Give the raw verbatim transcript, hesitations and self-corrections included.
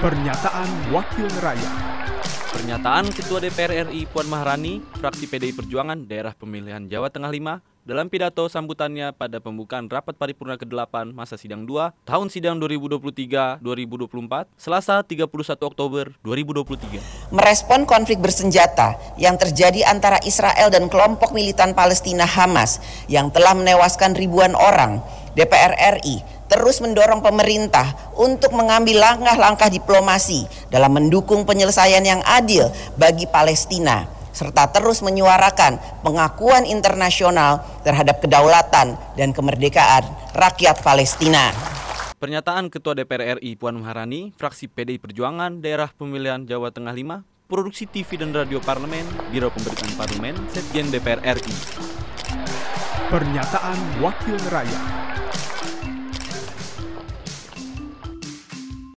Pernyataan Wakil Rakyat. Pernyataan Ketua D P R R I Puan Maharani, fraksi P D I Perjuangan Daerah Pemilihan Jawa Tengah lima, dalam pidato sambutannya pada pembukaan rapat paripurna kedelapan masa sidang dua, tahun sidang dua ribu dua puluh tiga dua ribu dua puluh empat, Selasa tiga puluh satu Oktober dua ribu dua puluh tiga. Merespon konflik bersenjata yang terjadi antara Israel dan kelompok militan Palestina Hamas yang telah menewaskan ribuan orang, D P R R I terus mendorong pemerintah untuk mengambil langkah-langkah diplomasi dalam mendukung penyelesaian yang adil bagi Palestina, serta terus menyuarakan pengakuan internasional terhadap kedaulatan dan kemerdekaan rakyat Palestina. Pernyataan Ketua D P R R I Puan Maharani, fraksi P D I Perjuangan Daerah Pemilihan Jawa Tengah lima, Produksi T V dan Radio Parlemen, Biro Pemberitaan Parlemen, Sekjen D P R R I. Pernyataan Wakil Rakyat.